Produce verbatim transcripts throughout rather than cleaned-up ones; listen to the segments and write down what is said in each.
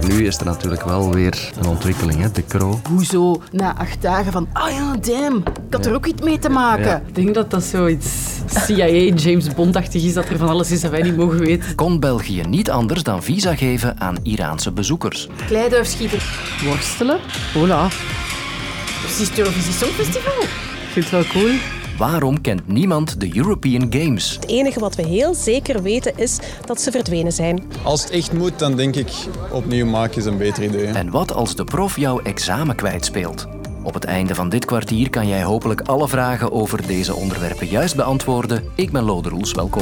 Nu is er natuurlijk wel weer een ontwikkeling, hè, de Croo. Hoezo? Na acht dagen van, ah ja, damn, ik had er ook iets mee te maken. Ja. Ik denk dat dat zoiets C I A, James Bond-achtig is, dat er van alles is dat wij niet mogen weten. Kon België niet anders dan visa geven aan Iraanse bezoekers. Kleiduifschieten. Worstelen. Voilà. Precies het Eurovisie Songfestival. Ik vind het wel cool. Waarom kent niemand de European Games? Het enige wat we heel zeker weten is dat ze verdwenen zijn. Als het echt moet, dan denk ik opnieuw maken is een beter idee. Hè? En wat als de prof jouw examen kwijtspeelt? Op het einde van dit kwartier kan jij hopelijk alle vragen over deze onderwerpen juist beantwoorden. Ik ben Lode Roels, welkom.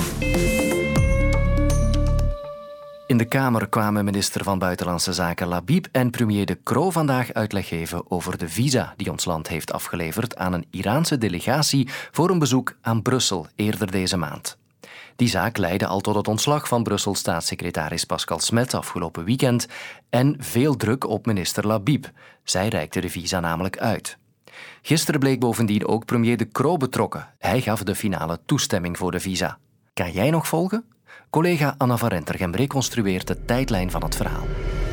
In de Kamer kwamen minister van Buitenlandse Zaken Labib en premier De Croo vandaag uitleg geven over de visa die ons land heeft afgeleverd aan een Iraanse delegatie voor een bezoek aan Brussel eerder deze maand. Die zaak leidde al tot het ontslag van Brussels staatssecretaris Pascal Smet afgelopen weekend en veel druk op minister Labib. Zij reikte de visa namelijk uit. Gisteren bleek bovendien ook premier De Croo betrokken. Hij gaf de finale toestemming voor de visa. Kan jij nog volgen? Collega Anna van Rentergem reconstrueert de tijdlijn van het verhaal.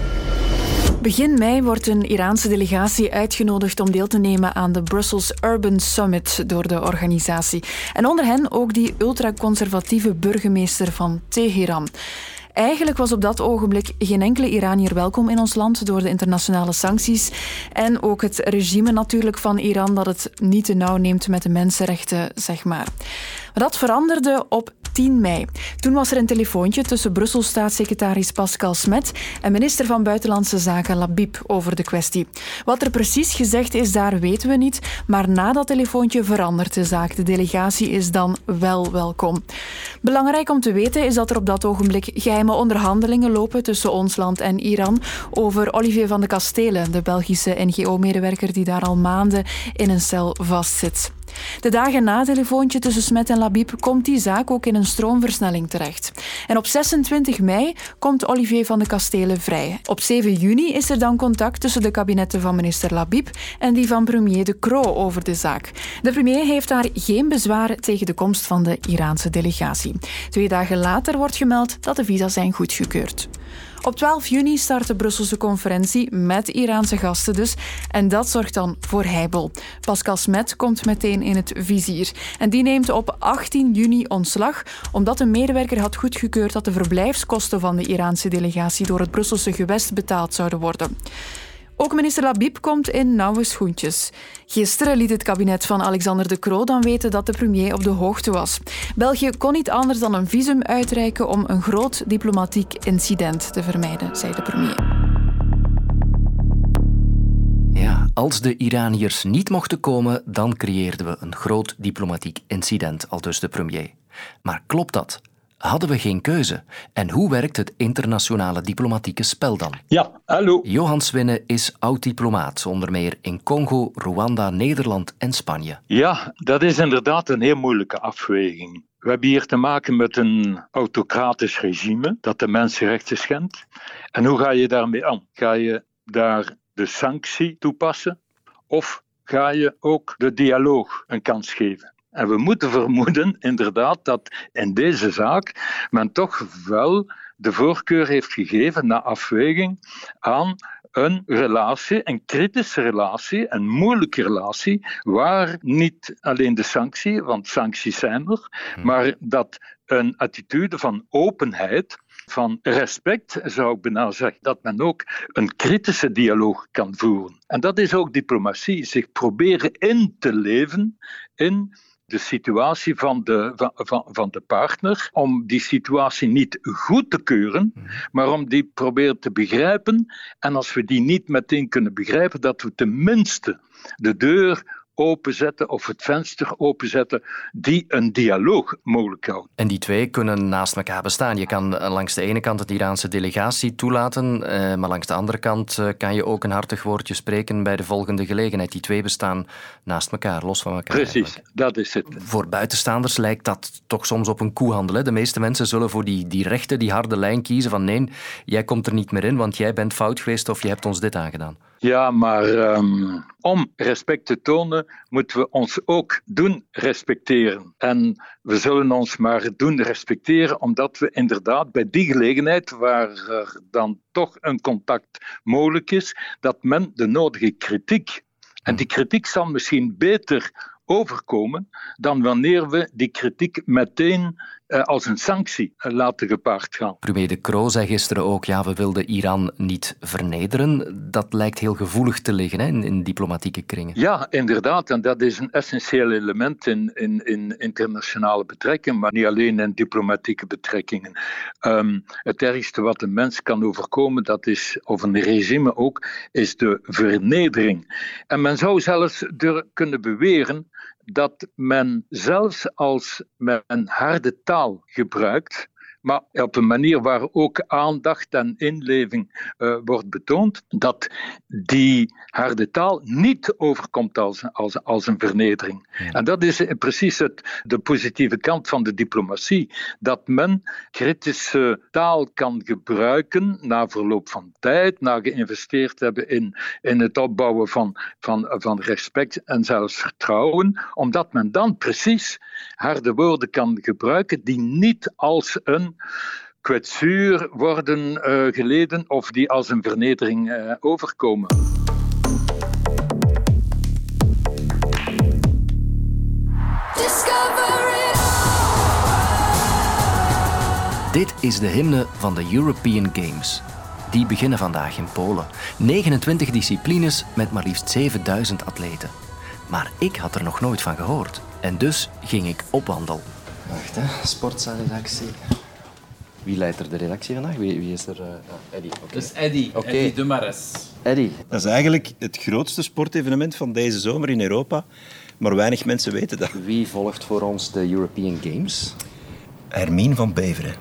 Begin mei wordt een Iraanse delegatie uitgenodigd om deel te nemen aan de Brussels Urban Summit door de organisatie. En onder hen ook die ultraconservatieve burgemeester van Teheran. Eigenlijk was op dat ogenblik geen enkele Iranier welkom in ons land door de internationale sancties en ook het regime natuurlijk van Iran dat het niet te nauw neemt met de mensenrechten, zeg maar. Maar dat veranderde op tien mei. Toen was er een telefoontje tussen Brussels staatssecretaris Pascal Smet en minister van Buitenlandse Zaken Labib over de kwestie. Wat er precies gezegd is, daar weten we niet, maar na dat telefoontje verandert de zaak. De delegatie is dan wel welkom. Belangrijk om te weten is dat er op dat ogenblik geheime onderhandelingen lopen tussen ons land en Iran over Olivier van de Kastelen, de Belgische N G O-medewerker die daar al maanden in een cel vastzit. De dagen na het telefoontje tussen Smet en Labib komt die zaak ook in een stroomversnelling terecht. En op zesentwintig mei komt Olivier van de Kastelen vrij. Op zeven juni is er dan contact tussen de kabinetten van minister Labib en die van premier De Croo over de zaak. De premier heeft daar geen bezwaren tegen de komst van de Iraanse delegatie. Twee dagen later wordt gemeld dat de visa's zijn goedgekeurd. Op twaalf juni start de Brusselse conferentie met Iraanse gasten dus. En dat zorgt dan voor heibel. Pascal Smet komt meteen in het vizier. En die neemt op achttien juni ontslag, omdat een medewerker had goedgekeurd dat de verblijfskosten van de Iraanse delegatie door het Brusselse gewest betaald zouden worden. Ook minister Labib komt in nauwe schoentjes. Gisteren liet het kabinet van Alexander De Croo dan weten dat de premier op de hoogte was. België kon niet anders dan een visum uitreiken om een groot diplomatiek incident te vermijden, zei de premier. Ja, als de Iraniërs niet mochten komen, dan creëerden we een groot diplomatiek incident, aldus de premier. Maar klopt dat? Hadden we geen keuze? En hoe werkt het internationale diplomatieke spel dan? Ja, hallo. Johan Swinne is oud-diplomaat, onder meer in Congo, Rwanda, Nederland en Spanje. Ja, dat is inderdaad een heel moeilijke afweging. We hebben hier te maken met een autocratisch regime dat de mensenrechten schendt. En hoe ga je daarmee om? Ga je daar de sanctie toepassen? Of ga je ook de dialoog een kans geven? En we moeten vermoeden, inderdaad, dat in deze zaak men toch wel de voorkeur heeft gegeven na afweging aan een relatie, een kritische relatie, een moeilijke relatie, waar niet alleen de sanctie, want sancties zijn er, maar dat een attitude van openheid, van respect, zou ik bijna zeggen, dat men ook een kritische dialoog kan voeren. En dat is ook diplomatie, zich proberen in te leven in de situatie van de, van, van, van de partner, om die situatie niet goed te keuren, maar om die proberen te begrijpen. En als we die niet meteen kunnen begrijpen, dat we tenminste de deur openzetten of het venster openzetten die een dialoog mogelijk houdt. En die twee kunnen naast elkaar bestaan. Je kan langs de ene kant het Iraanse delegatie toelaten, eh, maar langs de andere kant eh, kan je ook een hartig woordje spreken bij de volgende gelegenheid. Die twee bestaan naast elkaar, los van elkaar. Precies, eigenlijk. Dat is het. Voor buitenstaanders lijkt dat toch soms op een koehandel. Hè? De meeste mensen zullen voor die, die rechte, die harde lijn kiezen van nee, jij komt er niet meer in, want jij bent fout geweest of je hebt ons dit aangedaan. Ja, maar um, om respect te tonen, moeten we ons ook doen respecteren. En we zullen ons maar doen respecteren, omdat we inderdaad bij die gelegenheid, waar er dan toch een contact mogelijk is, dat men de nodige kritiek, en die kritiek zal misschien beter overkomen dan wanneer we die kritiek meteen uh, als een sanctie uh, laten gepaard gaan. Premier De Croo zei gisteren ook, ja, we wilden Iran niet vernederen. Dat lijkt heel gevoelig te liggen, hè, in, in diplomatieke kringen. Ja, inderdaad. En dat is een essentieel element in, in, in internationale betrekkingen, maar niet alleen in diplomatieke betrekkingen. Um, het ergste wat een mens kan overkomen, dat is, of een regime ook, is de vernedering. En men zou zelfs er kunnen beweren dat men zelfs als men harde taal gebruikt, maar op een manier waar ook aandacht en inleving uh, wordt betoond, dat die harde taal niet overkomt als, als, als een vernedering. Ja. En dat is precies het, de positieve kant van de diplomatie. Dat men kritische taal kan gebruiken na verloop van tijd, na geïnvesteerd hebben in, in het opbouwen van, van, van respect en zelfs vertrouwen, omdat men dan precies harde woorden kan gebruiken die niet als een kwetsuur worden uh, geleden of die als een vernedering uh, overkomen. Dit is de hymne van de European Games. Die beginnen vandaag in Polen. negenentwintig disciplines met maar liefst zevenduizend atleten. Maar ik had er nog nooit van gehoord. En dus ging ik op wandel. Wacht, hè. Sportza-redactie. Wie leidt er de redactie vandaag? Wie, wie is er? Uh, Eddy. Okay. Dat is Eddy. Okay. Eddy de Mares. Eddy. Dat is eigenlijk het grootste sportevenement van deze zomer in Europa. Maar weinig mensen weten dat. Wie volgt voor ons de European Games? Hermine van Beveren.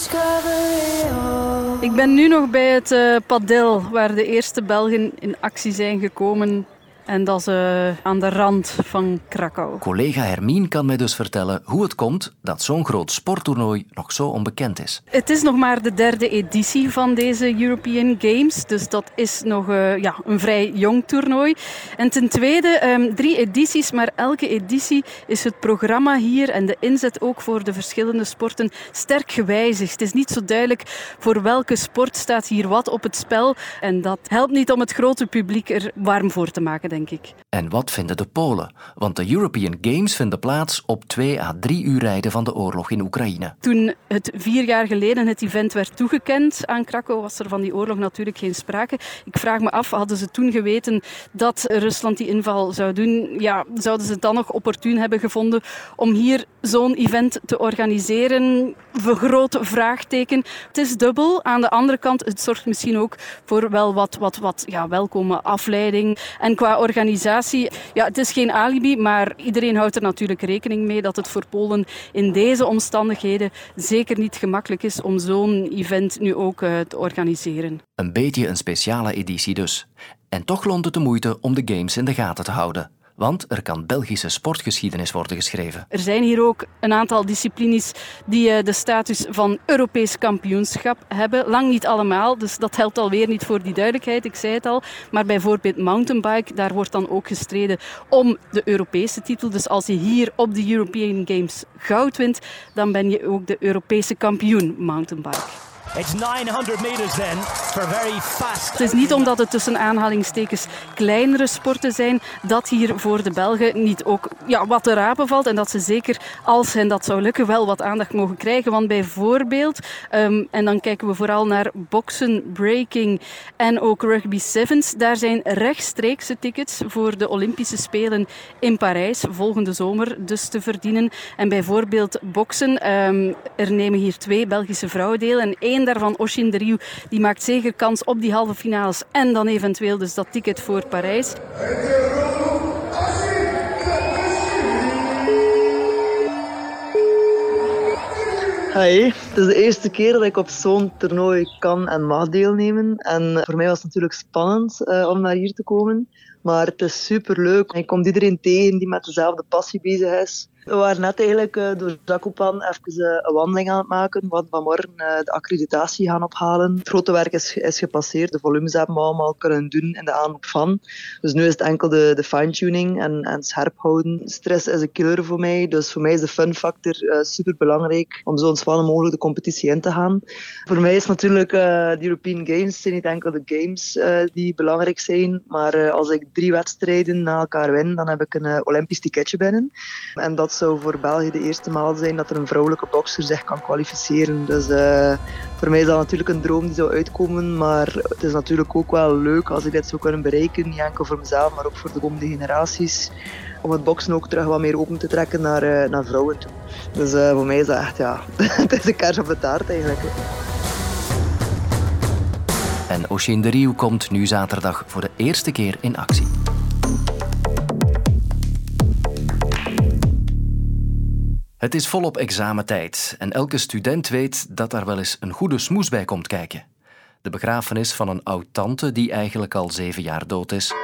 Ik ben nu nog bij het uh, padel, waar de eerste Belgen in actie zijn gekomen. En dat is uh, aan de rand van Krakau. Collega Hermine kan mij dus vertellen hoe het komt dat zo'n groot sporttoernooi nog zo onbekend is. Het is nog maar de derde editie van deze European Games. Dus dat is nog uh, ja, een vrij jong toernooi. En ten tweede, um, drie edities, maar elke editie is het programma hier en de inzet ook voor de verschillende sporten sterk gewijzigd. Het is niet zo duidelijk voor welke sport staat hier wat op het spel. En dat helpt niet om het grote publiek er warm voor te maken, denk ik. En wat vinden de Polen? Want de European Games vinden plaats op twee à drie uur rijden van de oorlog in Oekraïne. Toen het vier jaar geleden het event werd toegekend aan Krakau, was er van die oorlog natuurlijk geen sprake. Ik vraag me af, hadden ze toen geweten dat Rusland die inval zou doen, ja, zouden ze het dan nog opportun hebben gevonden om hier zo'n event te organiseren? Groot vraagteken. Het is dubbel. Aan de andere kant, het zorgt misschien ook voor wel wat, wat, wat ja, welkome afleiding. En qua organisatie, ja, het is geen alibi, maar iedereen houdt er natuurlijk rekening mee dat het voor Polen in deze omstandigheden zeker niet gemakkelijk is om zo'n event nu ook uh, te organiseren. Een beetje een speciale editie dus. En toch loont het de moeite om de Games in de gaten te houden. Want er kan Belgische sportgeschiedenis worden geschreven. Er zijn hier ook een aantal disciplines die de status van Europees kampioenschap hebben. Lang niet allemaal, dus dat helpt alweer niet voor die duidelijkheid, ik zei het al. Maar bijvoorbeeld mountainbike, daar wordt dan ook gestreden om de Europese titel. Dus als je hier op de European Games goud wint, dan ben je ook de Europese kampioen mountainbike. It's nine-honderd meters then for very fast. Het is niet omdat het tussen aanhalingstekens kleinere sporten zijn dat hier voor de Belgen niet ook ja, wat te rapen valt en dat ze zeker, als hen dat zou lukken, wel wat aandacht mogen krijgen. Want bijvoorbeeld, um, en dan kijken we vooral naar boksen, breaking en ook rugby sevens, daar zijn rechtstreekse tickets voor de Olympische Spelen in Parijs volgende zomer dus te verdienen. En bijvoorbeeld boksen, um, er nemen hier twee Belgische vrouwen deel en één daarvan, Oshin de Rieuw, die maakt zeker kans op die halve finales en dan eventueel dus dat ticket voor Parijs. Hey, het is de eerste keer dat ik op zo'n toernooi kan en mag deelnemen. En voor mij was het natuurlijk spannend uh, om naar hier te komen. Maar het is superleuk. Je komt iedereen tegen die met dezelfde passie bezig is. We waren net eigenlijk uh, door Zakopane even uh, een wandeling aan het maken, want vanmorgen uh, de accreditatie gaan ophalen. Het grote werk is, is gepasseerd, de volumes hebben we allemaal kunnen doen in de aanloop van. Dus nu is het enkel de, de fine-tuning en, en scherp houden. Stress is een killer voor mij, dus voor mij is de fun factor uh, super belangrijk om zo spannend mogelijk de competitie in te gaan. Voor mij is natuurlijk uh, de European Games zijn niet enkel de games uh, die belangrijk zijn, maar uh, als ik drie wedstrijden na elkaar win, dan heb ik een uh, Olympisch ticketje binnen. En dat zou voor België de eerste maal zijn dat er een vrouwelijke bokser zich kan kwalificeren. Dus uh, voor mij is dat natuurlijk een droom die zou uitkomen, maar het is natuurlijk ook wel leuk als ik dit zou kunnen bereiken, niet enkel voor mezelf, maar ook voor de komende generaties, om het boksen ook terug wat meer open te trekken naar, uh, naar vrouwen toe. Dus uh, voor mij is dat echt, ja, het is een kers op de taart eigenlijk. En Oisin de Rieuw komt nu zaterdag voor de eerste keer in actie. Het is volop examentijd en elke student weet dat daar wel eens een goede smoes bij komt kijken. De begrafenis van een oud-tante die eigenlijk al zeven jaar dood is.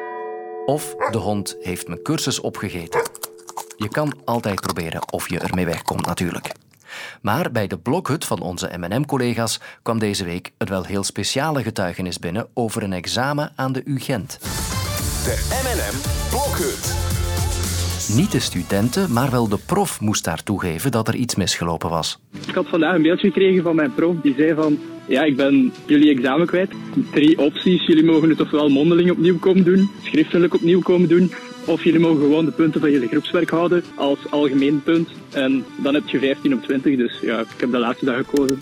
Of de hond heeft mijn cursus opgegeten. Je kan altijd proberen of je ermee wegkomt natuurlijk. Maar bij de blokhut van onze M en M-collega's kwam deze week een wel heel speciale getuigenis binnen over een examen aan de U Gent. De M en M Blokhut. Niet de studenten, maar wel de prof moest daar toegeven dat er iets misgelopen was. Ik had vandaag een mailtje gekregen van mijn prof die zei van ja, ik ben jullie examen kwijt. Drie opties. Jullie mogen het ofwel mondeling opnieuw komen doen, schriftelijk opnieuw komen doen, of jullie mogen gewoon de punten van jullie groepswerk houden als algemeen punt. En dan heb je vijftien op twintig, dus ja, ik heb de laatste dag gekozen.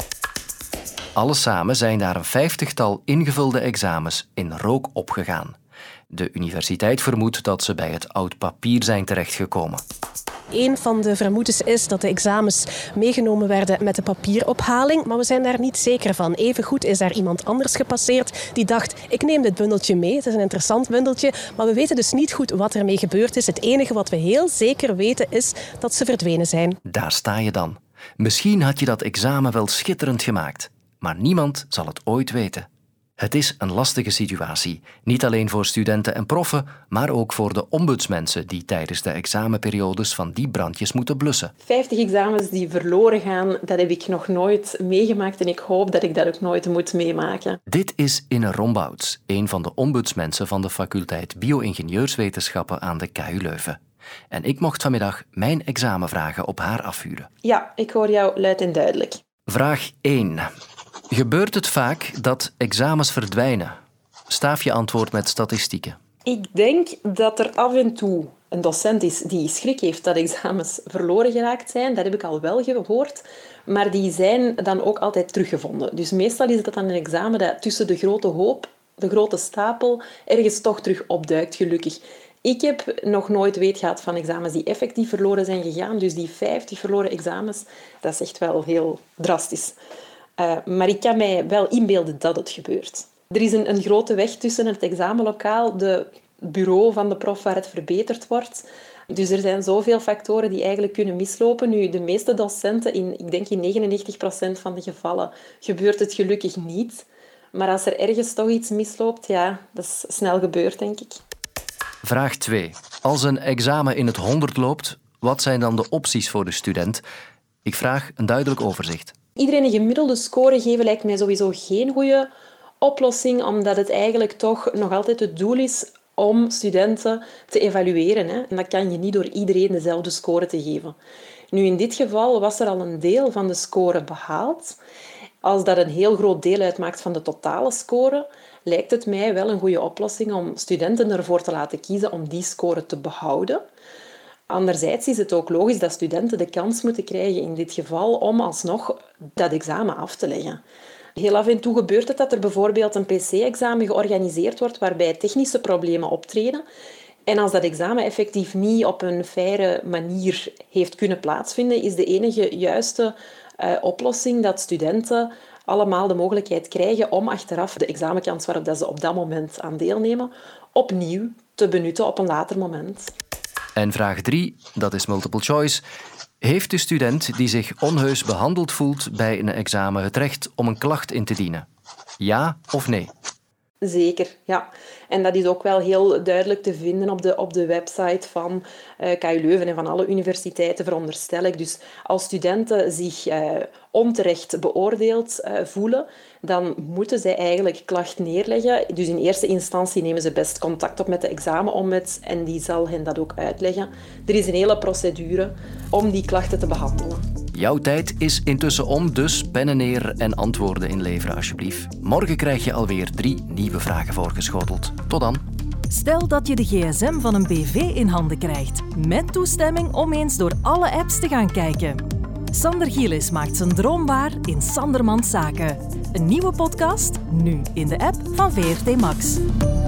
Alles samen zijn daar een vijftigtal ingevulde examens in rook opgegaan. De universiteit vermoedt dat ze bij het oud papier zijn terechtgekomen. Een van de vermoedens is dat de examens meegenomen werden met de papierophaling, maar we zijn daar niet zeker van. Evengoed is daar iemand anders gepasseerd die dacht, ik neem dit bundeltje mee, het is een interessant bundeltje, maar we weten dus niet goed wat ermee gebeurd is. Het enige wat we heel zeker weten is dat ze verdwenen zijn. Daar sta je dan. Misschien had je dat examen wel schitterend gemaakt, maar niemand zal het ooit weten. Het is een lastige situatie, niet alleen voor studenten en proffen, maar ook voor de ombudsmensen die tijdens de examenperiodes van die brandjes moeten blussen. vijftig examens die verloren gaan, dat heb ik nog nooit meegemaakt en ik hoop dat ik dat ook nooit moet meemaken. Dit is Inne Rombouts, een van de ombudsmensen van de faculteit Bio-ingenieurswetenschappen aan de K U Leuven. En ik mocht vanmiddag mijn examenvragen op haar afvuren. Ja, ik hoor jou luid en duidelijk. Vraag één. Gebeurt het vaak dat examens verdwijnen? Staaf je antwoord met statistieken. Ik denk dat er af en toe een docent is die schrik heeft dat examens verloren geraakt zijn. Dat heb ik al wel gehoord. Maar die zijn dan ook altijd teruggevonden. Dus meestal is dat dan een examen dat tussen de grote hoop, de grote stapel, ergens toch terug opduikt, gelukkig. Ik heb nog nooit weet gehad van examens die effectief verloren zijn gegaan. Dus die vijftig verloren examens, dat is echt wel heel drastisch. Uh, maar ik kan mij wel inbeelden dat het gebeurt. Er is een, een grote weg tussen het examenlokaal, de bureau van de prof waar het verbeterd wordt. Dus er zijn zoveel factoren die eigenlijk kunnen mislopen. Nu, de meeste docenten, in, ik denk in negenennegentig procent van de gevallen, gebeurt het gelukkig niet. Maar als er ergens toch iets misloopt, ja, dat is snel gebeurd, denk ik. Vraag twee. Als een examen in het honderd loopt, wat zijn dan de opties voor de student? Ik vraag een duidelijk overzicht. Iedereen een gemiddelde score geven lijkt mij sowieso geen goede oplossing, omdat het eigenlijk toch nog altijd het doel is om studenten te evalueren. Hè. En dat kan je niet door iedereen dezelfde score te geven. Nu, in dit geval was er al een deel van de score behaald. Als dat een heel groot deel uitmaakt van de totale score, lijkt het mij wel een goede oplossing om studenten ervoor te laten kiezen om die score te behouden. Anderzijds is het ook logisch dat studenten de kans moeten krijgen in dit geval om alsnog dat examen af te leggen. Heel af en toe gebeurt het dat er bijvoorbeeld een P C-examen georganiseerd wordt waarbij technische problemen optreden. En als dat examen effectief niet op een faire manier heeft kunnen plaatsvinden, is de enige juiste uh, oplossing dat studenten allemaal de mogelijkheid krijgen om achteraf de examenkans waarop dat ze op dat moment aan deelnemen, opnieuw te benutten op een later moment. En vraag drie, dat is multiple choice. Heeft de student die zich onheus behandeld voelt bij een examen het recht om een klacht in te dienen? Ja of nee? Zeker, ja. En dat is ook wel heel duidelijk te vinden op de, op de website van uh, K U Leuven en van alle universiteiten, veronderstel ik. Dus als studenten zich uh, onterecht beoordeeld uh, voelen, dan moeten zij eigenlijk klacht neerleggen. Dus in eerste instantie nemen ze best contact op met de examenombuds en die zal hen dat ook uitleggen. Er is een hele procedure om die klachten te behandelen. Jouw tijd is intussen om, dus pennen neer en antwoorden inleveren alsjeblieft. Morgen krijg je alweer drie nieuwe vragen voorgeschoteld. Tot dan. Stel dat je de gsm van een B V in handen krijgt, met toestemming om eens door alle apps te gaan kijken. Sander Gielis maakt zijn droom waar in Sandermans Zaken. Een nieuwe podcast, nu in de app van V R T Max.